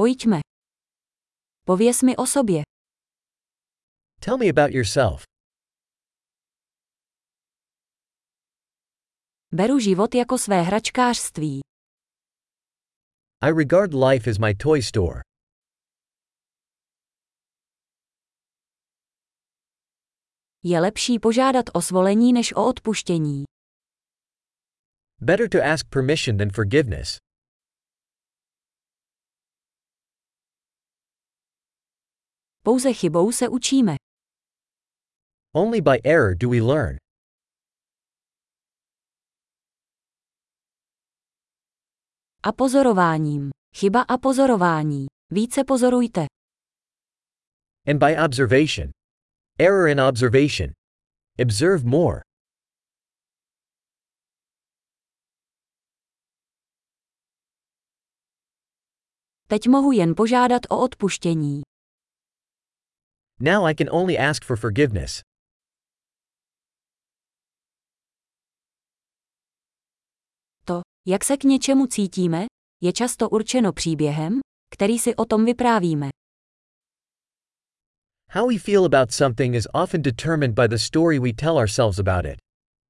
Pojďme. Pověz mi o sobě. Tell me about yourself. Beru život jako své hračkářství. I regard life as my toy store. Je lepší požádat o svolení než o odpuštění. Better to ask permission than forgiveness. Pouze chybou se učíme. Only by error do we learn. A pozorováním. Chyba a pozorování. Více pozorujte. And by observation. Error in observation. Observe more. Teď mohu jen požádat o odpuštění. Now I can only ask for forgiveness. To, jak se k něčemu cítíme, je často určeno příběhem, který si o tom vyprávíme. How we feel about something is often determined by the story we tell ourselves about it.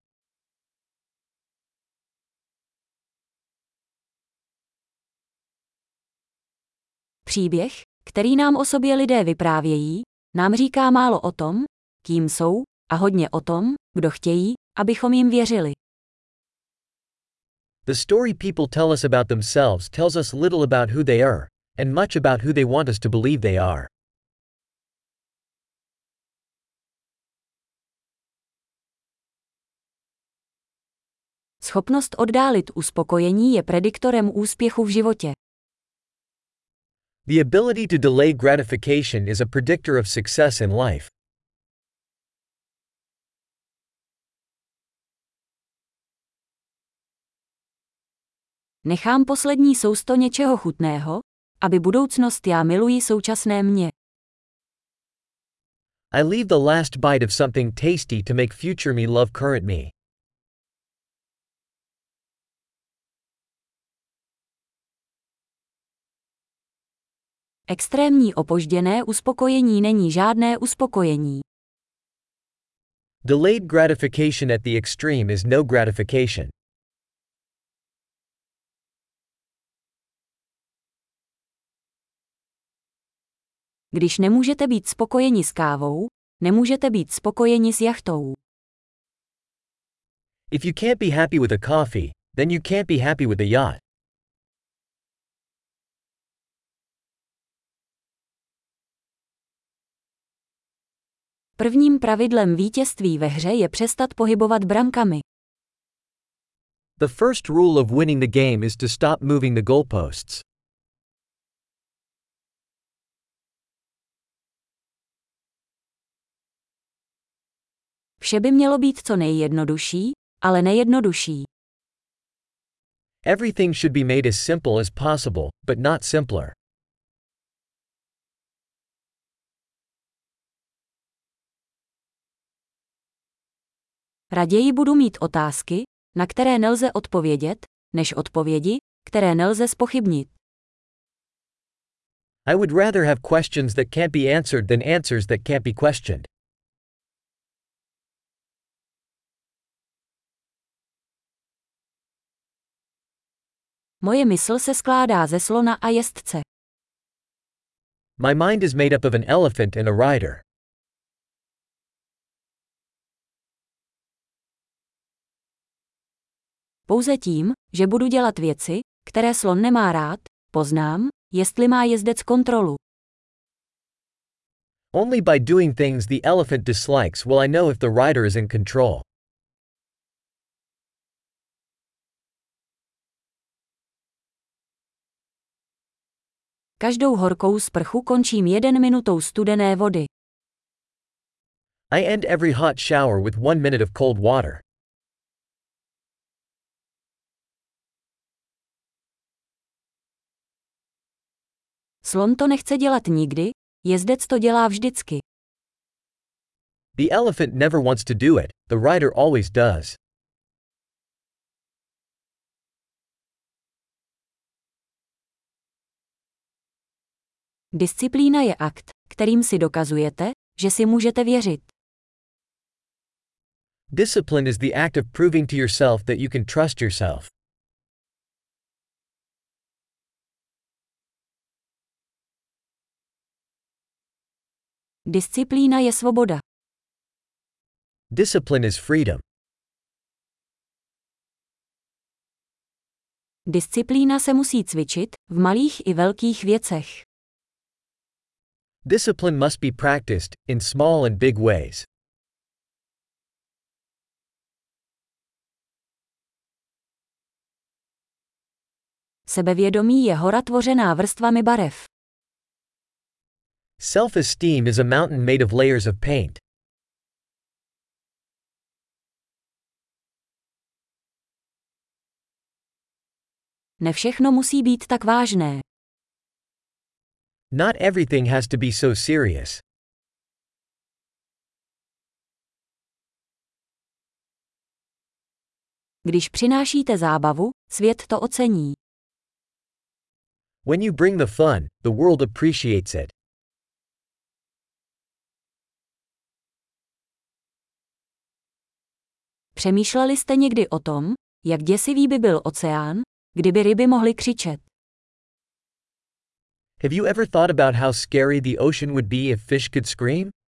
Příběh, který nám o sobě lidé vyprávějí, nám říká málo o tom, kým jsou, a hodně o tom, kdo chtějí, abychom jim věřili. The story people tell us about themselves tells us little about who they are, and much about who they want us to believe they are. Schopnost oddálit uspokojení je prediktorem úspěchu v životě. The ability to delay gratification is a predictor of success in life. Nechám poslední sousto něčeho chutného, aby budoucnost já miluji současné mě. I leave the last bite of something tasty to make future me love current me. Extrémní opožděné uspokojení není žádné uspokojení. Delayed gratification at the extreme is no gratification. Když nemůžete být spokojeni s kávou, nemůžete být spokojeni s jachtou. If you can't be happy with a coffee, then you can't be happy with a yacht. Prvním pravidlem vítězství ve hře je přestat pohybovat brankami. The first rule of winning the game is to stop moving the goalposts. Vše by mělo být co nejjednodušší, ale nejednodušší. Everything should be made as simple as possible, but not simpler. Raději budu mít otázky, na které nelze odpovědět, než odpovědi, které nelze zpochybnit. I would rather have questions that can't be answered than answers that can't be questioned. Moje mysl se skládá ze slona a jezdce. My mind is made up of an elephant and a rider. Pouze tím, že budu dělat věci, které slon nemá rád, poznám, jestli má jezdec kontrolu. Only by doing things the elephant dislikes will I know if the rider is in control. Každou horkou sprchu končím 1 minutou studené vody. I end every hot shower with 1 minute of cold water. Slon to nechce dělat nikdy, jezdec to dělá vždycky. The elephant never wants to do it, the rider always does. Disciplína je akt, kterým si dokazujete, že si můžete věřit. Discipline is the act of proving to yourself that you can trust yourself. Disciplína je svoboda. Discipline is freedom. Disciplína se musí cvičit, v malých i velkých věcech. Discipline must be practiced, in small and big ways. Sebevědomí je hora tvořená vrstvami barev. Self-esteem is a mountain made of layers of paint. Ne všechno musí být tak vážné. Not everything has to be so serious. Když přinášíte zábavu, svět to ocení. When you bring the fun, the world appreciates it. Přemýšleli jste někdy o tom, jak děsivý by byl oceán, kdyby ryby mohly křičet? Have you ever thought about how scary the ocean would be if fish could scream?